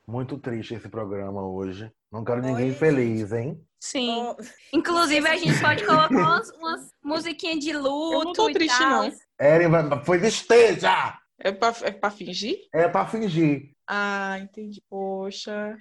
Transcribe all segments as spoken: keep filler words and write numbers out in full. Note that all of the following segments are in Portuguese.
Muito triste esse programa hoje. Não quero ninguém Olha, feliz, gente. hein? Sim. Oh, Inclusive, a gente pode colocar umas, umas musiquinhas de Eu não luto tô e triste, tal. não. Eren vai... Foi esteja! É pra, é pra fingir? É pra fingir. Ah, entendi. Poxa.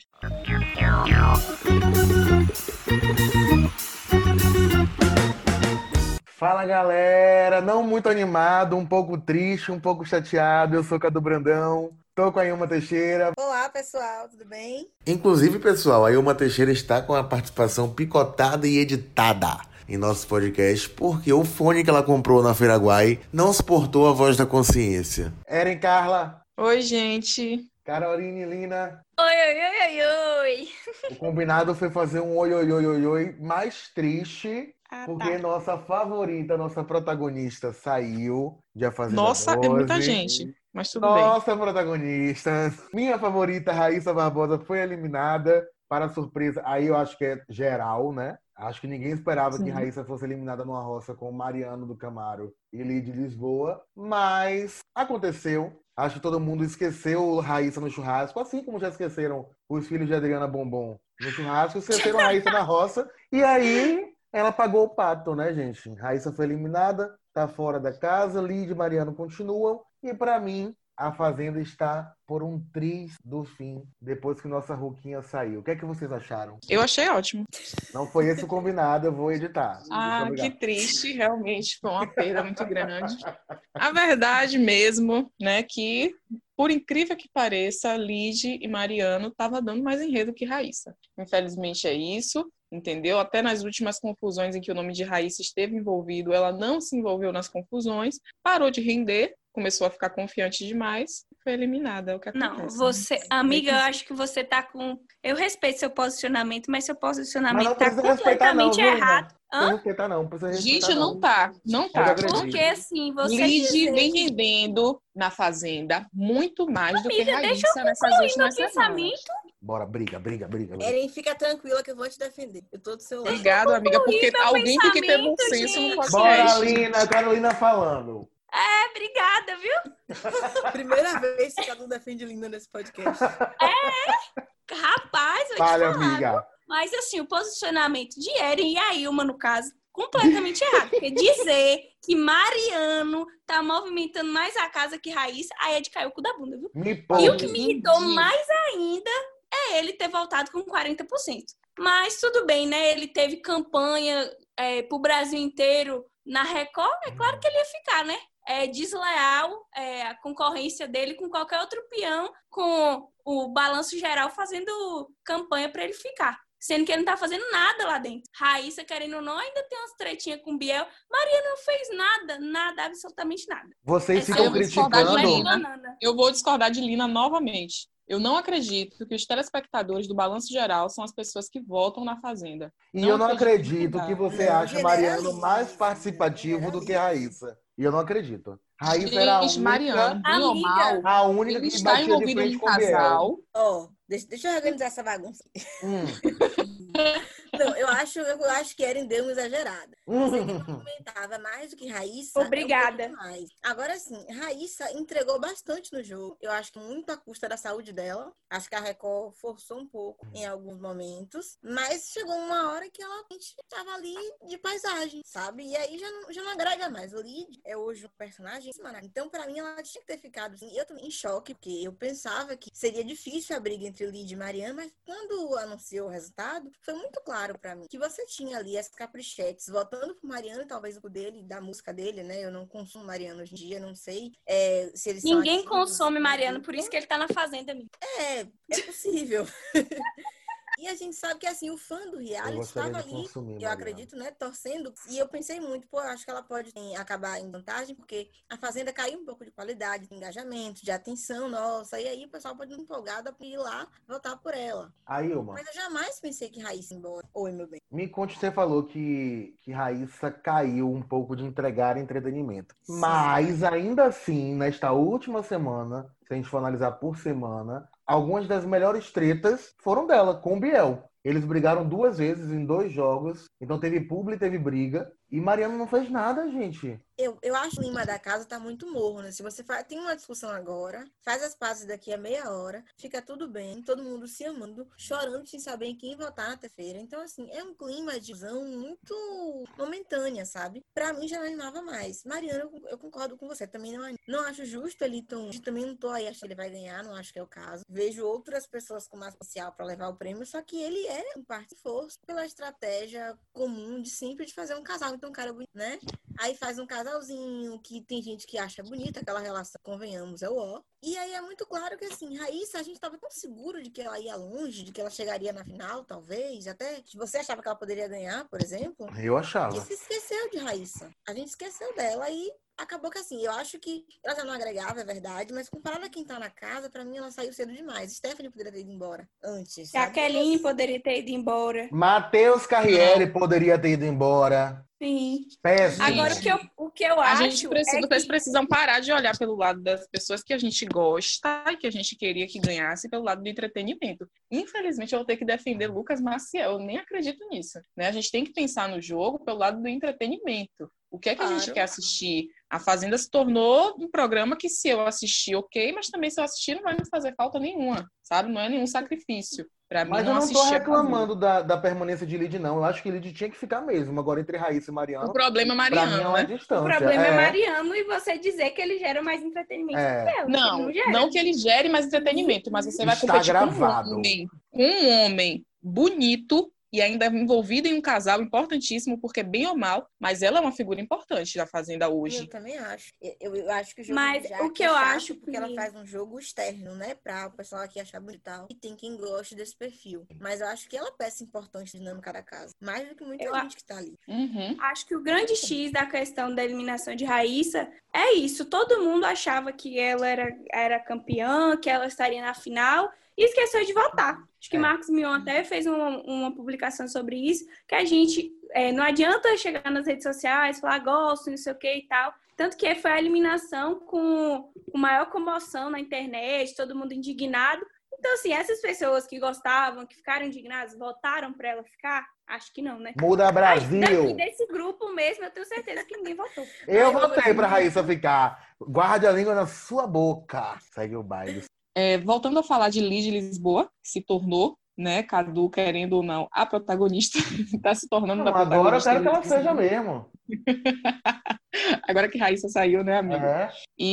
Fala, galera! Não muito animado, um pouco triste, um pouco chateado. Eu sou Cadu Brandão. Tô com a Ilma Teixeira. olá, pessoal, tudo bem? Inclusive, pessoal, a Ilma Teixeira está com a participação picotada e editada em nosso podcast, porque o fone que ela comprou na Feiraguai não suportou a voz da consciência. Eren, Carla, Oi, gente. Caroline, Lina. Oi, oi, oi, oi, oi. O combinado foi fazer um oi, oi, oi, oi, oi mais triste, Ah, porque tá. nossa favorita, nossa protagonista saiu, dia fazenda Nossa, é muita doze. gente. Mas tudo bem. Nossa protagonista, minha favorita, Raíssa Barbosa, foi eliminada, para surpresa, aí eu acho que é geral, né? Acho que ninguém esperava Sim. que Raíssa fosse eliminada numa roça com Mariano do Camaro e Lid Lisboa, mas aconteceu. Acho que todo mundo esqueceu Raíssa no churrasco, assim como já esqueceram os filhos de Adriana Bombom no churrasco, esqueceram Raíssa na roça, e aí ela pagou o pato, né, gente? Raíssa foi eliminada, tá fora da casa, Lid e Mariano continuam, e pra mim, a Fazenda está por um triz do fim, depois que nossa Ruquinha saiu. O que é que vocês acharam? Eu achei ótimo. Não foi esse o combinado, eu vou editar. Ah, Muito que obrigado. triste. Realmente foi uma perda muito grande. A verdade mesmo, né, que por incrível que pareça, Lid e Mariano estavam dando mais enredo que Raíssa. Infelizmente é isso, entendeu? Até nas últimas confusões em que o nome de Raíssa esteve envolvido, ela não se envolveu nas confusões, parou de render, começou a ficar confiante demais, foi eliminada, é o que acontece. Não, você, amiga, eu acho que você tá com. Eu respeito seu posicionamento, mas seu Mas posicionamento não tá precisa respeitar não, completamente viu, Lina? errado. Não precisa Hã? respeitar não, não precisa respeitar Gente, não tá, não Pode tá. agredir. Porque assim, você Lid dizer vem que. rendendo na Fazenda muito mais do que Amiga, deixa eu Raíssa nessas concluir meu últimas semanas. pensamento. Bora, briga, briga, briga. briga. Eren, fica tranquila que eu vou te defender. Eu tô do seu lado. Obrigado, amiga, porque meu alguém tem que ter bom pensamento, senso no gente. Bora, podcast. Lina, Carolina falando. É, obrigada, viu? Primeira vez que cada um defende Linda nesse podcast. Rapaz, eu Fale, te falar. amiga. Mas assim, o posicionamento de Eren e a Ilma, no caso, completamente errado. Porque dizer que Mariano tá movimentando mais a casa que Raíssa, aí é de cair o cu da bunda, viu? Me E o poupe. que me irritou mais ainda é ele ter voltado com quarenta por cento. Mas tudo bem, né? Ele teve campanha é, pro Brasil inteiro na Record, é claro que ele ia ficar, né? É desleal é, a concorrência dele com qualquer outro peão, com o Balanço Geral fazendo campanha para ele ficar. Sendo que ele não tá fazendo nada lá dentro. Raíssa, querendo ou não, ainda tem umas tretinhas com Biel. Maria não fez nada, nada, absolutamente nada. Vocês É ficam eu vou discordar de criticando. Lina. Banana. Eu vou discordar de Lina novamente. Eu não acredito que os telespectadores do Balanço Geral são as pessoas que votam na Fazenda. E Não eu não acredito em acredito nada. que você Não acha Mariano generalize, mais não participativo do que generalize. Raíssa. E eu não acredito. Raíssa era a Gente, Mariano, única, bem ou Amiga, mal, a única ele que está batia de envolvido frente num com o Biel. casal. Ó, deixa, deixa eu organizar essa bagunça. Hum. Não, eu acho, eu acho que Eren deu uma exagerada. Você que Hum. movimentava mais do que Raíssa. Obrigada. É um pouco mais. Agora sim, Raíssa entregou bastante no jogo. Eu acho que muito à custa da saúde dela. Acho que a Record forçou um pouco em alguns momentos. Mas chegou uma hora que ela estava ali de paisagem, sabe? E aí já não, já não agrega mais. O Lid é hoje um personagem semanal. Então, pra mim, ela tinha que ter ficado assim. Eu também em choque, porque eu pensava que seria difícil a briga entre Lid e Mariana, mas quando anunciou o resultado, foi muito claro pra mim que você tinha ali as caprichetes votando por Mariano, talvez o dele, da música dele, né? Eu não consumo Mariano hoje em dia, não sei é, se eles são ninguém ativos, consome né, Mariano, dupla. por isso que ele tá na Fazenda, amiga. É, é possível. E a gente sabe que, assim, o fã do Eu reality gostaria estava de ali, consumir, eu Mariana. acredito, né, torcendo. E eu pensei muito, pô, eu acho que ela pode assim, acabar em vantagem, porque a Fazenda caiu um pouco de qualidade, de engajamento, de atenção, nossa. E aí o pessoal pode ir empolgado pra ir lá votar por ela. Aí, Ilma, Mas eu jamais pensei que Raíssa ia embora. Oi, meu bem. me conte, você falou que, que Raíssa caiu um pouco de entregar entretenimento. Sim. Mas, ainda assim, nesta última semana, se a gente for analisar por semana, algumas das melhores tretas foram dela, com o Biel. Eles brigaram duas vezes em dois jogos, então teve publi, teve briga. E Mariano não fez nada, gente. Eu, eu acho que o clima da casa tá muito morno, né? Se você faz, tem uma discussão agora, faz as pazes daqui a meia hora, fica tudo bem, todo mundo se amando, chorando sem saber em quem votar na terça-feira. Então, assim, é um clima de visão muito momentânea, sabe? Pra mim já não animava mais. Mariano, eu, eu concordo com você, também não, não acho justo ele tão... Também não tô aí achando que ele vai ganhar, não acho que é o caso. Vejo outras pessoas com mais potencial pra levar o prêmio, só que ele é um parte de força pela estratégia comum de sempre de fazer um casal. Então, um cara bonito, né? Aí faz um casalzinho que tem gente que acha bonita, aquela relação, convenhamos, é o ó. E aí é muito claro que, assim, Raíssa, a gente tava tão seguro de que ela ia longe, de que ela chegaria na final, talvez, até se você achava que ela poderia ganhar, por exemplo. Eu achava. E se esqueceu de Raíssa. A gente esqueceu dela e acabou que, assim, eu acho que ela já não agregava, é verdade, mas comparada a quem tá na casa, pra mim ela saiu cedo demais. Stephanie poderia ter ido embora antes, sabe? Jaqueline poderia ter ido embora. Matheus Carriere poderia ter ido embora. Sim. Péssimo. Agora, o que eu, o que eu A acho gente precisa, é vocês que... precisam parar de olhar pelo lado das pessoas que a gente gosta e que a gente queria que ganhasse pelo lado do entretenimento. Infelizmente, eu vou ter que defender Lucas Maciel. Eu nem acredito nisso, né? A gente tem que pensar no jogo pelo lado do entretenimento. O que é que a gente Claro. quer assistir? A Fazenda se tornou um programa que, se eu assistir, ok, mas também se eu assistir não vai me fazer falta nenhuma, sabe? Não é nenhum sacrifício. Pra mim, Mas eu não tô assistir é reclamando da, da permanência de Lid, não. Eu acho que Lid tinha que ficar mesmo. Agora, entre Raíssa e Mariano, o problema é pra mim é Mariano, uma né? distância. O problema é. É. Mariano e você dizer que ele gera mais entretenimento É. que ela. Não, que não, não que ele gere mais entretenimento, mas você vai Está competir gravado. com um homem, com um homem bonito e ainda envolvido em um casal importantíssimo, porque bem ou mal, mas ela é uma figura importante da Fazenda Eu hoje. também acho. Eu, eu acho que o jogo Mas já o que é eu chato acho porque que- ela faz um jogo externo, né? Pra o pessoal aqui achar bonito e tal. E tem quem goste desse perfil. Mas eu acho que ela é peça importante na dinâmica da casa. Mais do que muita Eu gente que tá ali. Uhum. Acho que o grande X da questão da eliminação de Raíssa é isso. Todo mundo achava que ela era, era campeã, que ela estaria na final e esqueceu de votar. Acho que É. Marcos Mion até fez uma, uma publicação sobre isso, que a gente é, não adianta chegar nas redes sociais, falar gosto, não sei o que e tal. Tanto que foi a eliminação com, com maior comoção na internet, todo mundo indignado. Então, assim, essas pessoas que gostavam, que ficaram indignadas, votaram para ela ficar? Acho que não, né? Muda Brasil! Daqui desse grupo mesmo, eu tenho certeza que ninguém votou. Eu Ah, eu votei vou- pra Raíssa ficar. Guarde a língua na sua boca. Segue o baile. É, voltando a falar de Lid Lisboa, que se tornou, né, Cadu, querendo ou não, a protagonista, está se tornando Não, a agora eu protagonista. quero que ela de seja Lisboa. mesmo. Agora que Raíssa saiu, né, amiga? É.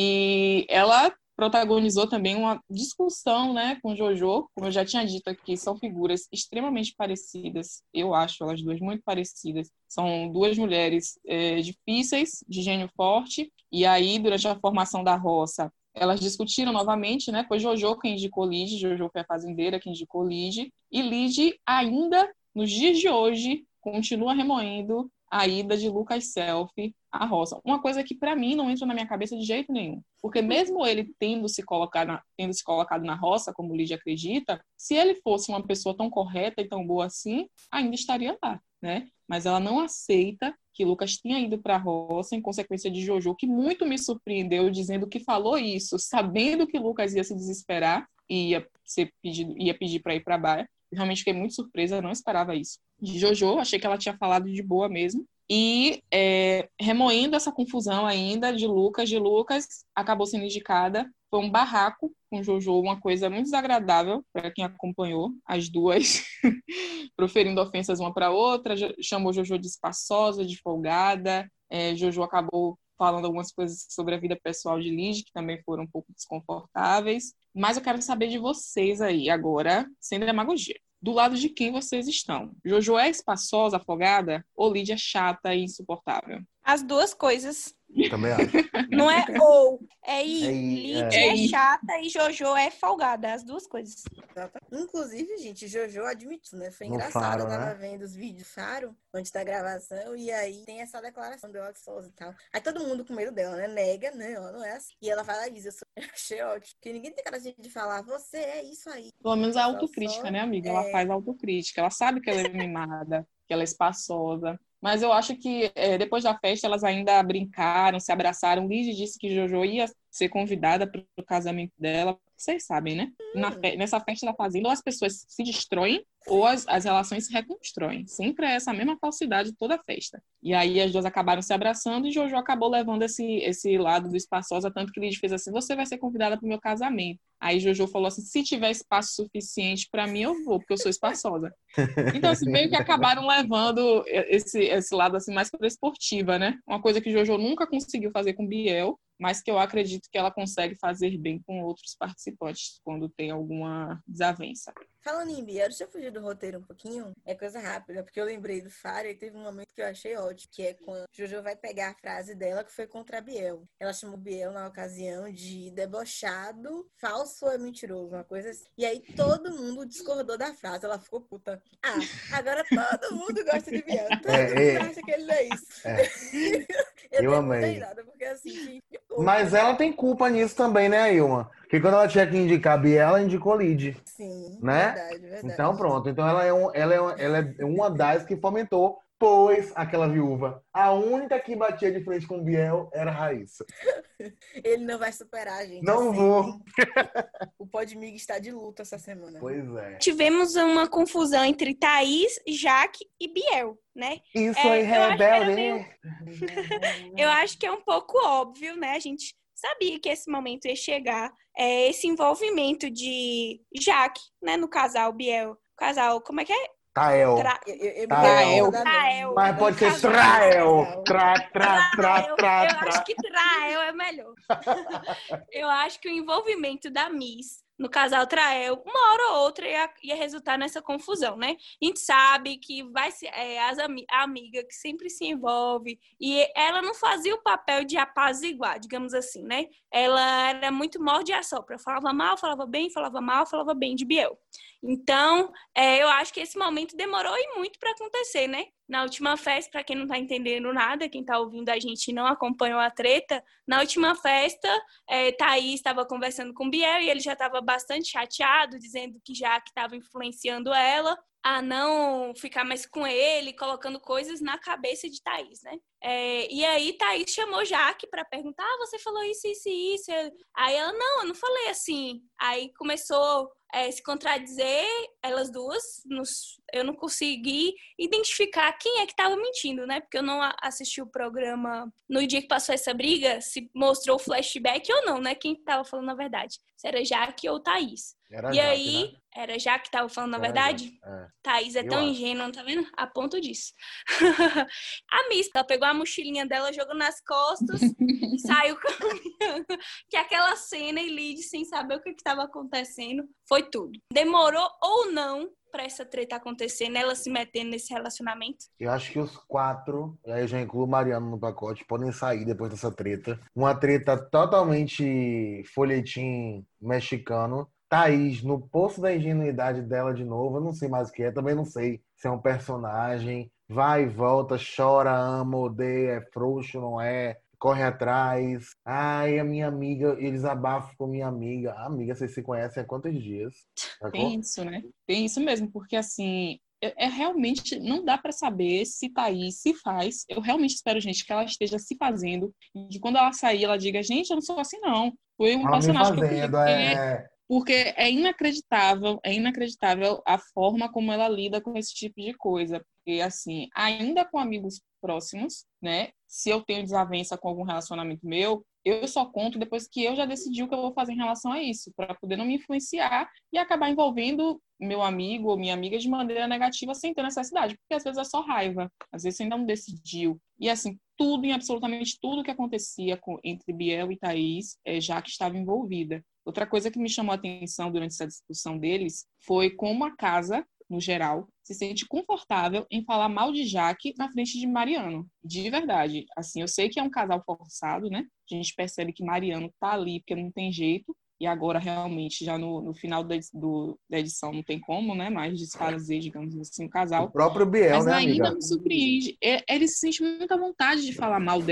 E ela protagonizou também uma discussão, né, com Jojo. Como eu já tinha dito aqui, são figuras extremamente parecidas. Eu acho elas duas muito parecidas. São duas mulheres é, difíceis, de gênio forte. E aí, durante a formação da roça, elas discutiram novamente, né? Foi Jojo quem indicou Lid, Jojo foi a fazendeira quem indicou Lid. E Lid, ainda nos dias de hoje, continua remoendo a ida de Lucas Selfie à roça. Uma coisa que, para mim, não entra na minha cabeça de jeito nenhum. Porque mesmo ele tendo se, colocar na, tendo se colocado na roça, como Lid acredita, se ele fosse uma pessoa tão correta e tão boa assim, ainda estaria lá, né? Mas ela não aceita que Lucas tinha ido para a roça em consequência de Jojo, que muito me surpreendeu, dizendo que falou isso, sabendo que Lucas ia se desesperar e ia, ser pedido, ia pedir para ir para a baia. Eu realmente fiquei muito surpresa, não esperava isso. De Jojo, achei que ela tinha falado de boa mesmo. E é, remoendo essa confusão ainda de Lucas, de Lucas, acabou sendo indicada. Foi um barraco com Jojo, uma coisa muito desagradável para quem acompanhou as duas, proferindo ofensas uma para outra, chamou Jojo de espaçosa, de folgada. É, Jojo acabou falando algumas coisas sobre a vida pessoal de Lid, que também foram um pouco desconfortáveis. Mas eu quero saber de vocês aí, agora, sem demagogia. Do lado de quem vocês estão? Jojo é espaçosa, afogada? Ou Lid é chata e insuportável? As duas coisas. Também acho. Não é ou, é i. É i, Lid é. é, É i. chata e Jojo é folgada. As duas coisas. Inclusive, gente, Jojo admitiu, né? Foi No engraçado. Faro, Eu tava né? vando os vídeos do Faro antes da gravação. E aí tem essa declaração do Oxford e tal. Aí todo mundo com medo dela, né? Nega, né? Ela não é assim. E ela fala isso. Eu sou... achei ótimo. Porque ninguém tem cara de falar, você é isso aí. Pelo menos a Só- autocrítica, só- né, amiga? Ela é. faz autocrítica. Ela sabe que ela é mimada, que ela é espaçosa. Mas eu acho que é, depois da festa elas ainda brincaram, se abraçaram. Lid disse que Jojo ia ser convidada para o casamento dela. vocês sabem, né? Na fe- nessa festa da fazenda, ou as pessoas se destroem ou as, as relações se reconstroem. Sempre é essa mesma falsidade toda a festa. E aí as duas acabaram se abraçando e Jojo acabou levando esse, esse lado do espaçosa, tanto que Lid fez assim, você vai ser convidada para o meu casamento. Aí Jojo falou assim, se tiver espaço suficiente para mim, eu vou, porque eu sou espaçosa. Então, assim, meio que acabaram levando esse, esse lado assim, mais para esportiva, né? Uma coisa que Jojo nunca conseguiu fazer com Biel, mas que eu acredito que ela consegue fazer bem com outros participantes quando tem alguma desavença. Falando em Biel, deixa eu fugir do roteiro um pouquinho. É coisa rápida, porque eu lembrei do Faro e teve um momento que eu achei ótimo, que é quando Jojo vai pegar a frase dela que foi contra a Biel. Ela chamou Biel na ocasião de debochado, falso ou mentiroso, uma coisa assim. E aí todo mundo discordou da frase, ela ficou puta. Ah, agora todo mundo gosta de Biel, todo É, mundo é. acha que ele não é isso. É. eu Eu dei amei. muita risada, porque assim, gente, ficou. Mas ela tem culpa nisso também, né, Ilma? Porque quando ela tinha que indicar a Biel, ela indicou Lid. Sim, Né? verdade, verdade. Então pronto. Então ela é, um, ela, é, um- ela é uma das que fomentou, pois aquela viúva, a única que batia de frente com o Biel era a Raíssa. Ele não vai superar a gente. Não vou. O Podmig está de luta essa semana. Pois é. Tivemos uma confusão entre Thaís, Jaque e Biel, né? Isso É, aí, eu acho que era rebelde. meio- Eu acho que é um pouco óbvio, né? A gente sabia que esse momento ia chegar. É, esse envolvimento de Jaque, né? No casal Biel. Casal, como é que é? Tael. Tra... Eu, eu, eu me Trael. lembro da Trael. nome. Mas pode Um ser casal. Trael. Tra, tra, tra, Trael. tra, Eu tra. acho que Trael é melhor. Eu acho que o envolvimento da Miss no casal Trael, uma hora ou outra ia, ia resultar nessa confusão, né? A gente sabe que vai ser é, as ami- a amiga que sempre se envolve e ela não fazia o papel de apaziguar, digamos assim, né? Ela era muito morde e assopra. Falava mal, falava bem, falava mal, falava bem de Biel. Então, é, eu acho que esse momento demorou e muito para acontecer, né? Na última festa, para quem não tá entendendo nada, quem tá ouvindo a gente e não acompanhou a treta, na última festa, é, Thaís estava conversando com Biel e ele já estava bastante chateado, dizendo que Jaque estava influenciando ela a não ficar mais com ele, colocando coisas na cabeça de Thaís, né? É, e aí Thaís chamou Jaque para perguntar, ah, você falou isso, isso e isso. Aí ela, não, eu não falei assim. Aí começou a é, se contradizer, elas duas, nos, eu não consegui identificar quem é que estava mentindo, né? Porque eu não assisti o programa no dia que passou essa briga, se mostrou o flashback ou não, né? Quem estava falando a verdade. Se era Jaque ou Thaís. Era E Jaque, aí, né? era Jaque que estava falando a Era verdade? Jaque, é. Thaís é Eu tão acho. ingênua, tá vendo? A ponto disso. A Miss, ela pegou a mochilinha dela, jogou nas costas e saiu caminhando. Que aquela cena e Lid, sem saber o que estava acontecendo, foi tudo. Demorou ou não para essa treta acontecer, né? Ela se metendo nesse relacionamento. Eu acho que os quatro, e aí eu já incluo o Mariano no pacote, podem sair depois dessa treta. Uma treta totalmente folhetim mexicano. Thaís, no poço da ingenuidade dela de novo, eu não sei mais o que é, também não sei se é um personagem. Vai e volta, chora, ama, odeia, é frouxo, não é? Corre atrás. Ai, a minha amiga, eles abafam com minha amiga. Ah, amiga, vocês se conhecem há quantos dias? Sacou? Tem isso, né? Tem isso mesmo, porque assim, é, é realmente, não dá pra saber se Thaís se faz. Eu realmente espero, gente, que ela esteja se fazendo e que quando ela sair, ela diga, gente, eu não sou assim, não. Foi um Ela me personagem que eu criei, fazendo, porque, é... porque é inacreditável, é inacreditável a forma como ela lida com esse tipo de coisa. Porque, assim, ainda com amigos próximos, né? Se eu tenho desavença com algum relacionamento meu, eu só conto depois que eu já decidi o que eu vou fazer em relação a isso, para poder não me influenciar e acabar envolvendo meu amigo ou minha amiga de maneira negativa sem ter necessidade, porque às vezes é só raiva, às vezes você ainda não decidiu. E assim, tudo, em absolutamente tudo que acontecia com, entre Biel e Thaís, é, já que estava envolvida. Outra coisa que me chamou a atenção durante essa discussão deles foi como a casa, no geral, se sente confortável em falar mal de Jaque na frente de Mariano. De verdade. Assim, eu sei que é um casal forçado, né? A gente percebe que Mariano tá ali porque não tem jeito. E agora, realmente, já no, no final da, do, da edição, não tem como, né? Mais desfazer, digamos assim, o casal. O próprio Biel, Mas né, ainda amiga? me surpreende. É, ele se sente muita vontade de falar mal dela.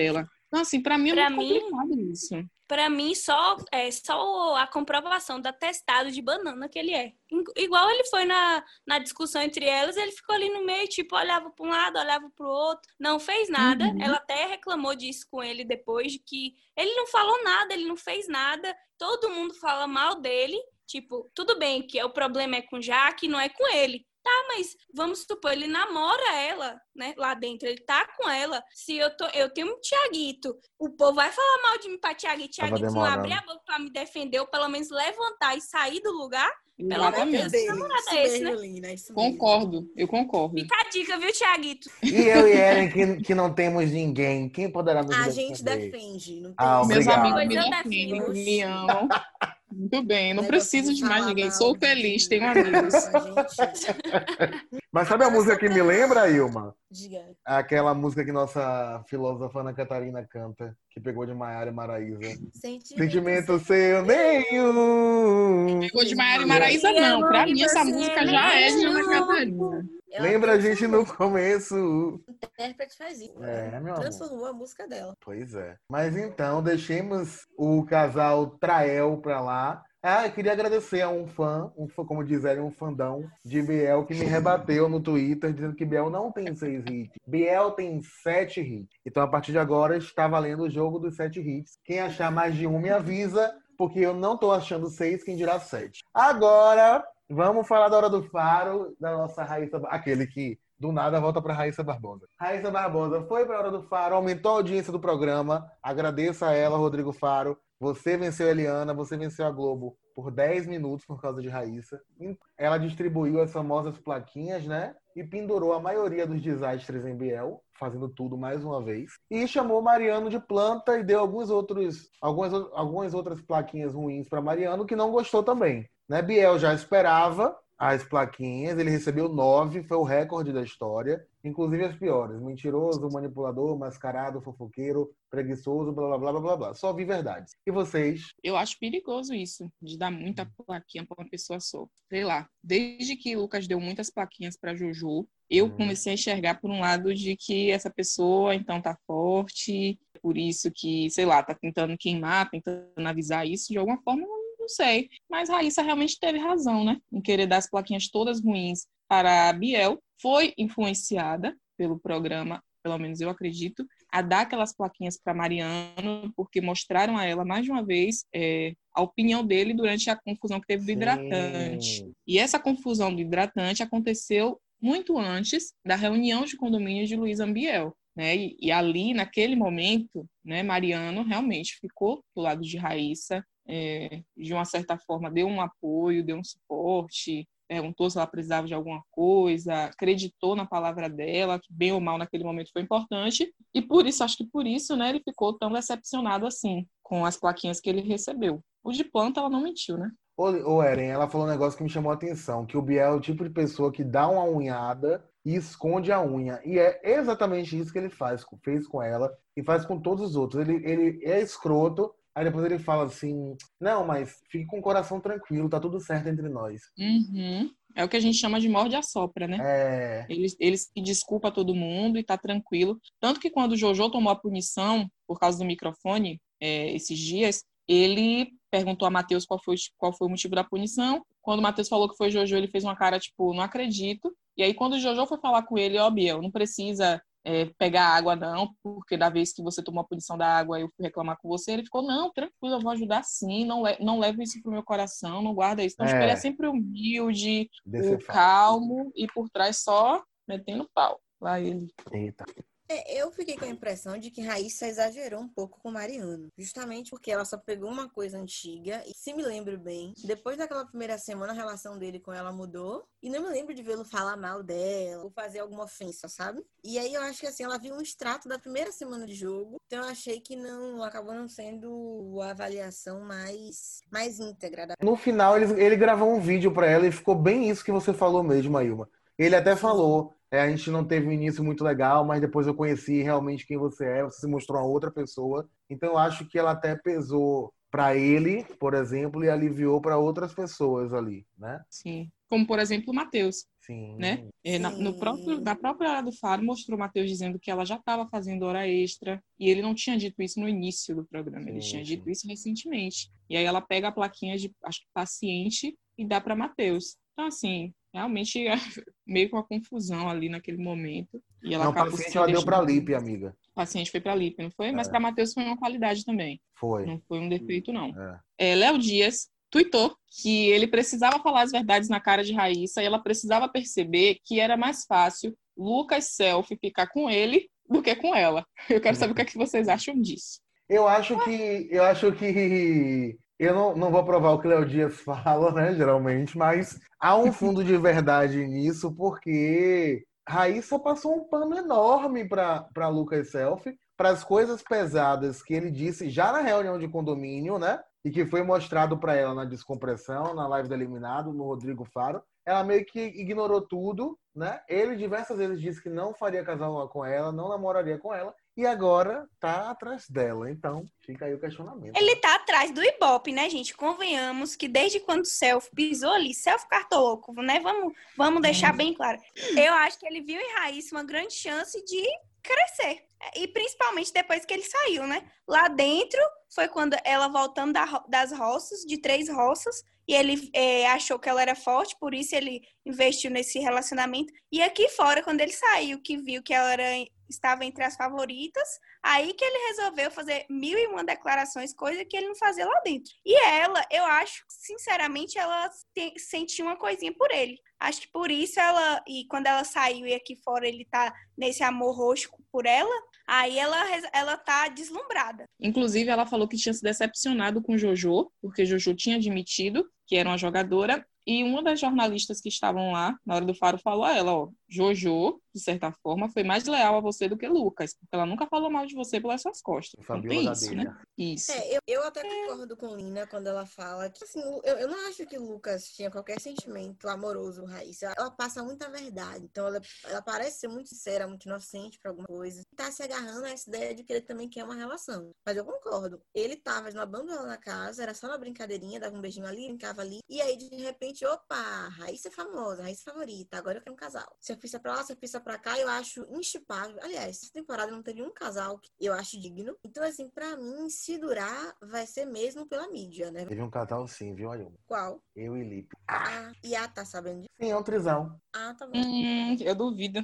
Então, assim, pra mim é Pra muito mim, complicado isso. Pra mim, só, é, só a comprovação do atestado de banana que ele é. Igual ele foi na, na discussão entre elas, ele ficou ali no meio, tipo, olhava para um lado, olhava para o outro, não fez nada. Uhum. Ela até reclamou disso com ele depois, de que ele não falou nada, ele não fez nada, todo mundo fala mal dele. Tipo, tudo bem que o problema é com o Jaque, não é com ele. Tá, mas vamos supor, ele namora ela, né, lá dentro, ele tá com ela. Se eu, tô, eu tenho um Thiaguito, o povo vai falar mal de mim pra Thiaguito, Tava Thiaguito não abrir demorando. a boca pra me defender, ou pelo menos levantar e sair do lugar, pelo menos Exatamente. esse namorado Isso é esse, mesmo, né? Lina, isso mesmo. Concordo, eu concordo. Fica a dica, viu, Thiaguito? E eu e Eren, que, que não temos ninguém, quem poderá nos A defender? gente defende, não tem Ah, isso. Meus obrigado. amigos me Pois eu defendem, defendo. me amam. Muito bem, não Negócio preciso de mais falar ninguém. mal Sou de- feliz, de- tenho amigos. A gente... Mas sabe a Agora, música só que pra- me lembra, Ilma? Diga. Aquela música que nossa filósofa Ana Catarina canta, que pegou de Maiara e Maraísa. Sentimento, Sentimento seu nenhum. Pegou de Maiara e E Maraísa, é não. Pra bom mim, que essa você música nem já é de Ana viu. Catarina. Ela Lembra a gente no transformou. começo. O intérprete faz isso. É, Ela meu amor. transformou a música dela. Pois é. Mas então, deixemos o casal Trael pra lá. Ah, eu queria agradecer a um fã, um fã, como dizem, um fandão de Biel que me rebateu no Twitter dizendo que Biel não tem seis hits. Biel tem sete hits. Então, a partir de agora, está valendo o jogo dos sete hits. Quem achar mais de um, me avisa, porque eu não tô achando seis, quem dirá sete. Agora, vamos falar da Hora do Faro, da nossa Raíssa, aquele que do nada volta para Raíssa Barbosa. Raíssa Barbosa foi para a Hora do Faro, aumentou a audiência do programa. Agradeço a ela, Rodrigo Faro. Você venceu a Eliana, você venceu a Globo por dez minutos por causa de Raíssa. Ela distribuiu as famosas plaquinhas, né? E pendurou a maioria dos desastres em Biel, fazendo tudo mais uma vez. E chamou Mariano de planta e deu alguns outros, algumas, algumas outras plaquinhas ruins para Mariano, que não gostou também. Né? Biel já esperava as plaquinhas, ele recebeu nove, foi o recorde da história, inclusive as piores: mentiroso, manipulador, mascarado, fofoqueiro, preguiçoso, blá blá blá blá blá blá. Só vi verdades. E vocês? Eu acho perigoso isso, de dar muita plaquinha pra uma pessoa só. Sei lá, desde que o Lucas deu muitas plaquinhas pra Jojo, eu Hum. comecei a enxergar por um lado de que essa pessoa, então, tá forte, por isso que, sei lá, tá tentando queimar, tentando avisar isso de alguma forma. Não sei, mas Raíssa realmente teve razão, né? Em querer dar as plaquinhas todas ruins para a Biel. Foi influenciada pelo programa, pelo menos eu acredito, a dar aquelas plaquinhas para Mariano, porque mostraram a ela, mais de uma vez, é, a opinião dele durante a confusão que teve do hidratante. Sim. E essa confusão do hidratante aconteceu muito antes da reunião de condomínio de Luiz Ambiel. Né? E, e ali, naquele momento, né, Mariano realmente ficou do lado de Raíssa, é, de uma certa forma deu um apoio, deu um suporte, perguntou se ela precisava de alguma coisa, acreditou na palavra dela, que bem ou mal naquele momento foi importante, e por isso, acho que por isso, né, ele ficou tão decepcionado assim, com as plaquinhas que ele recebeu. O de planta, ela não mentiu, né? Ô, ô Eren, ela falou um negócio que me chamou a atenção, que o Biel é o tipo de pessoa que dá uma unhada e esconde a unha. E é exatamente isso que ele faz, fez com ela e faz com todos os outros. Ele, ele é escroto, aí depois ele fala assim, não, mas fique com o coração tranquilo, tá tudo certo entre nós. Uhum. É o que a gente chama de morde a sopra, né? É... Ele, ele se desculpa a todo mundo e tá tranquilo. Tanto que quando o Jojo tomou a punição por causa do microfone, é, esses dias, ele perguntou a Matheus qual foi, qual foi o motivo da punição. Quando o Matheus falou que foi Jojo, ele fez uma cara tipo, não acredito. E aí quando o Jojo foi falar com ele, ó, Biel, não precisa é, pegar água não, porque da vez que você tomou a punição da água, eu fui reclamar com você. Ele ficou, não, tranquilo, eu vou ajudar sim, não, le não levo isso pro meu coração, não guarda isso. Então, É. tipo, ele é sempre humilde, Desse o calmo, e por trás só metendo pau. Lá ele. Eita. É, eu fiquei com a impressão de que Raíssa exagerou um pouco com Mariano. Justamente porque ela só pegou uma coisa antiga. E se me lembro bem, depois daquela primeira semana, a relação dele com ela mudou. E não me lembro de vê-lo falar mal dela ou fazer alguma ofensa, sabe? E aí eu acho que assim, ela viu um extrato da primeira semana de jogo. Então eu achei que não acabou não sendo a avaliação mais, mais íntegra. Da... No final, ele, ele gravou um vídeo pra ela e ficou bem isso que você falou mesmo, Ailma. Ele até Sim. falou, é, a gente não teve um início muito legal, mas depois eu conheci realmente quem você é, você se mostrou uma outra pessoa. Então eu acho que ela até pesou para ele, por exemplo, e aliviou para outras pessoas ali, né? Sim. Como, por exemplo, o Matheus. Sim. Né? É, na, no próprio, na própria hora do Faro, mostrou o Matheus dizendo que ela já estava fazendo hora extra, e ele não tinha dito isso no início do programa, Sim, ele tinha sim. dito isso recentemente. E aí ela pega a plaquinha de, acho que, paciente e dá para Matheus. Então, assim, realmente é meio com uma confusão ali naquele momento. E ela Não, acabou paciente se ela deu deixando... para Lipe, amiga. O paciente foi para Lipe, não foi? Mas É. para Matheus foi uma qualidade também. Foi. Não foi um defeito, não. É. É, Léo Dias tuitou que ele precisava falar as verdades na cara de Raíssa e ela precisava perceber que era mais fácil Lucas Selfie ficar com ele do que com ela. Eu quero saber o que, é que vocês acham disso. Eu acho que eu acho que eu não, não vou provar o que o Léo Dias fala, né, geralmente, mas há um fundo de verdade nisso, porque Raíssa passou um pano enorme para Lucas Selfie, para as coisas pesadas que ele disse já na reunião de condomínio, né? E que foi mostrado para ela na Descompressão, na live do Eliminado, no Rodrigo Faro. Ela meio que ignorou tudo, né? Ele diversas vezes disse que não faria casal com ela, não namoraria com ela, e agora tá atrás dela. Então, fica aí o questionamento. Ele né? tá atrás do Ibope, né, gente? Convenhamos que desde quando o Self pisou ali, Self cartoloco, né? Vamos, vamos deixar bem claro. Eu acho que ele viu em Raíssa uma grande chance de crescer. E principalmente depois que ele saiu, né? Lá dentro foi quando ela voltando da, das roças, de três roças, e ele é, achou que ela era forte, por isso ele investiu nesse relacionamento. E aqui fora, quando ele saiu, que viu que ela era, estava entre as favoritas, aí que ele resolveu fazer mil e uma declarações, coisa que ele não fazia lá dentro. E ela, eu acho, sinceramente, ela te, sentiu uma coisinha por ele. Acho que por isso ela, e quando ela saiu e aqui fora ele tá nesse amor roxo por ela, aí ela, ela tá deslumbrada. Inclusive, ela falou que tinha se decepcionado com Jojo, porque Jojo tinha admitido que era uma jogadora, e uma das jornalistas que estavam lá, na hora do Faro, falou a ela, ó, Jojo, de certa forma, foi mais leal a você do que Lucas, porque ela nunca falou mal de você pelas suas costas. Então Fabiola tem isso, Gadelha. né? Isso. É, eu, eu até concordo com Lina quando ela fala que, assim, eu, eu não acho que o Lucas tinha qualquer sentimento amoroso, Raíssa. Ela passa muita verdade. Então, ela, ela parece ser muito sincera, muito inocente pra alguma coisa. Tá se agarrando a essa ideia de que ele também quer uma relação. Mas eu concordo. Ele tava esnobando ela na casa, era só na brincadeirinha, dava um beijinho ali, brincava ali. E aí, de repente, opa, Raíssa é famosa, Raíssa é favorita, agora eu quero um casal. Se eu fiz pra lá, se eu fiz pra cá, eu acho inchipável. Aliás, essa temporada não teve um casal que eu acho digno. Então, assim, pra mim, se durar, vai ser mesmo pela mídia, né? Teve um casal sim, viu, Ayuma? Qual? Eu e Lipe. Ah, e a tá sabendo disso? Sim, é um trisal. Ah, tá bom. Hum, eu duvido.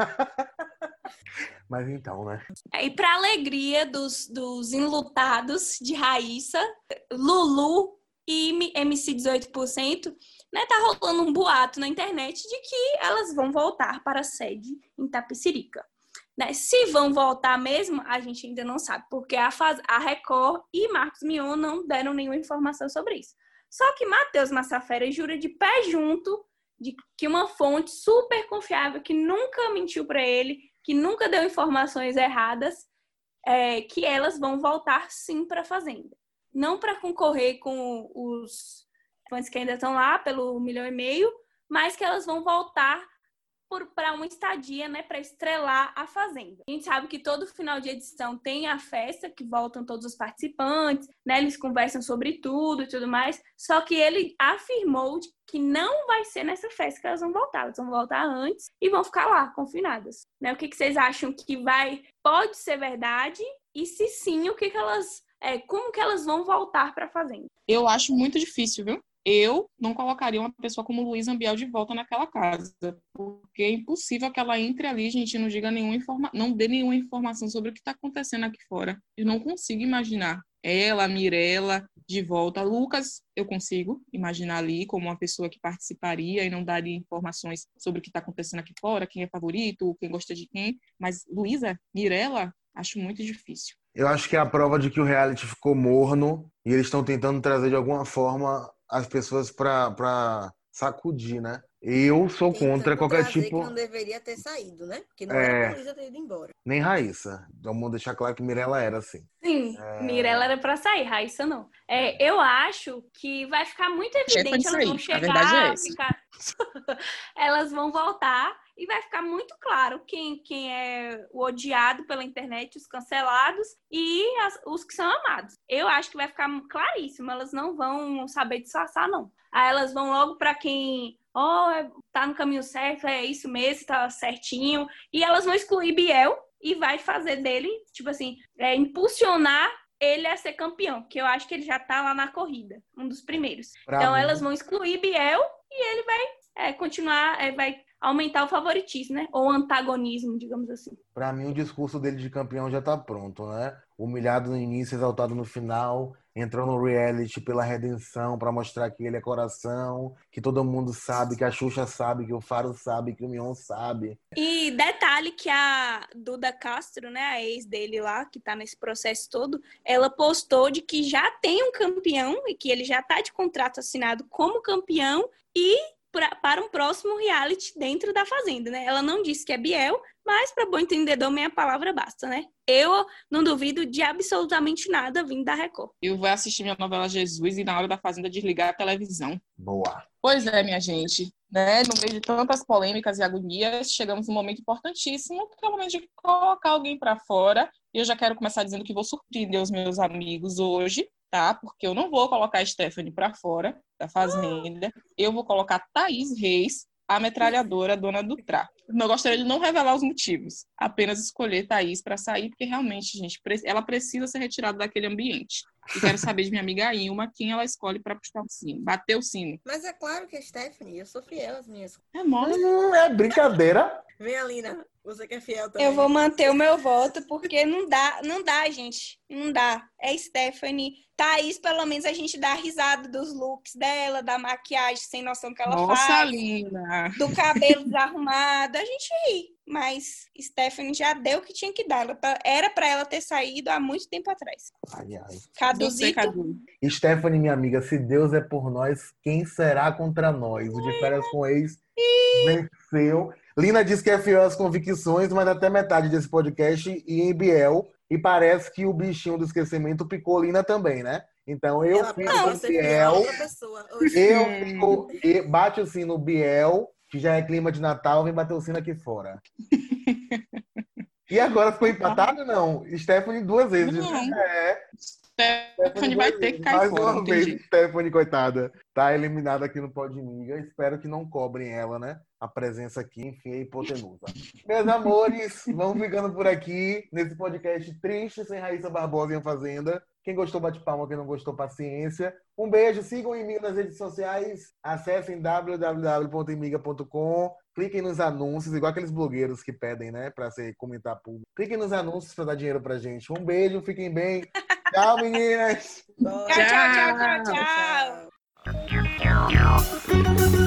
Mas então, né? E para alegria dos, dos enlutados de Raíssa, Lulu e M C dezoito por cento, né, tá rolando um boato na internet de que elas vão voltar para a sede em Tapecerica. Né? Se vão voltar mesmo, a gente ainda não sabe, porque a, faz... a Record e Marcos Mion não deram nenhuma informação sobre isso. Só que Matheus Massafera jura de pé junto de que uma fonte super confiável, que nunca mentiu para ele, que nunca deu informações erradas, é, que elas vão voltar sim para a Fazenda. Não para concorrer com os fãs que ainda estão lá pelo milhão e meio, mas que elas vão voltar para uma estadia, né, para estrelar a Fazenda. A gente sabe que todo final de edição tem a festa, que voltam todos os participantes, né, eles conversam sobre tudo e tudo mais, só que ele afirmou que não vai ser nessa festa que elas vão voltar, elas vão voltar antes e vão ficar lá, confinadas. Né? O que, que vocês acham que vai, pode ser verdade? E se sim, o que, que elas, é, como que elas vão voltar para a Fazenda? Eu acho muito difícil, viu? Eu não colocaria uma pessoa como Luísa Ambiel de volta naquela casa, porque é impossível que ela entre ali, gente, e não diga nenhuma informa... não dê nenhuma informação sobre o que está acontecendo aqui fora. Eu não consigo imaginar ela, Mirella, de volta. Lucas, eu consigo imaginar ali como uma pessoa que participaria e não daria informações sobre o que está acontecendo aqui fora, quem é favorito, quem gosta de quem. Mas Luísa, Mirella, acho muito difícil. Eu acho que é a prova de que o reality ficou morno e eles estão tentando trazer de alguma forma as pessoas para sacudir, né? Eu sou Tentando contra qualquer trazer tipo... que não deveria ter saído, né? Porque não É... era pra Luísa ter ido embora. Nem Raíssa. Vamos deixar claro que Mirella era assim. Sim, É... Mirella era pra sair, Raíssa não. É, eu acho que vai ficar muito evidente, elas vão chegar, a verdade é essa. ficar... elas vão voltar e vai ficar muito claro quem, quem é o odiado pela internet, os cancelados e as, os que são amados. Eu acho que vai ficar claríssimo, elas não vão saber disfarçar, não. Aí elas vão logo para quem, ó, oh, tá no caminho certo, é isso mesmo, tá certinho, e elas vão excluir Biel e vai fazer dele, tipo assim, é, impulsionar ele a ser campeão, que eu acho que ele já tá lá na corrida, um dos primeiros. Pra então, mim... elas vão excluir Biel e ele vai é, continuar, é, vai aumentar o favoritismo, né? Ou antagonismo, digamos assim. Pra mim, o discurso dele de campeão já tá pronto, né? Humilhado no início, exaltado no final, entrou no reality pela redenção, pra mostrar que ele é coração, que todo mundo sabe, que a Xuxa sabe, que o Faro sabe, que o Mion sabe. E detalhe que a Duda Castro, né, a ex dele lá, que tá nesse processo todo, ela postou de que já tem um campeão e que ele já tá de contrato assinado como campeão e pra, para um próximo reality dentro da Fazenda, né? Ela não disse que é Biel, mas para bom entendedor, meia palavra basta, né? Eu não duvido de absolutamente nada vindo da Record. Eu vou assistir minha novela Jesus e na hora da Fazenda desligar a televisão. Boa. Pois é, minha gente. Né? No meio de tantas polêmicas e agonias, chegamos num momento importantíssimo, que é o momento de colocar alguém para fora. E eu já quero começar dizendo que vou surpreender os meus amigos hoje, tá? Porque eu não vou colocar a Stephanie para fora da Fazenda. Eu vou colocar Thaís Reis, a metralhadora, dona do Tra. Eu gostaria de não revelar os motivos, apenas escolher Thaís para sair, porque realmente, gente, ela precisa ser retirada daquele ambiente. E quero saber de minha amiga Ilma quem ela escolhe para puxar o sino, bater o sino. Mas é claro que é Stephanie, eu sou fiel às minhas. É mole. Hum, é brincadeira. Vem, Alina, você que é fiel também. Eu vou manter o meu voto, porque não dá, não dá, gente. Não dá. É Stephanie. Thaís, pelo menos, a gente dá risada dos looks dela, da maquiagem sem noção que ela Nossa, faz. linda. Do cabelo desarrumado. A gente ri. Mas Stephanie já deu o que tinha que dar. Ela tá, era pra ela ter saído há muito tempo atrás. Ai, ai. Caduzito. Cadu. Stephanie, minha amiga, se Deus é por nós, quem será contra nós? O de férias com ex venceu. Lina diz que é fiel às convicções, mas até metade desse podcast e em Biel. E parece que o bichinho do esquecimento picou Lina também, né? Então eu Ela fico pode com ser Biel. fiel a outra pessoa. Oxi. Eu fico. e Bate o sino Biel, que já é clima de Natal, vem bater o sino aqui fora. E agora ficou empatado? Não. Stephanie duas vezes. Não. Né? É. Stephanie vai ter que cair Mais fora. uma Não tem vez, jeito. Stephanie, coitada, tá eliminada aqui no Podmiga. Espero que não cobrem ela, né? A presença aqui, enfim, é hipotenusa. Meus amores, vamos ficando por aqui nesse podcast triste, sem Raíssa Barbosa em A Fazenda. Quem gostou, bate palma. Quem não gostou, paciência. Um beijo, sigam em mim nas redes sociais. Acessem w w w ponto imiga ponto com. Cliquem nos anúncios, igual aqueles blogueiros que pedem, né? Pra ser comentar público. Cliquem nos anúncios pra dar dinheiro pra gente. Um beijo, fiquem bem. Tchau, meninas! Bora. Tchau, tchau, tchau, tchau, tchau. Tchau.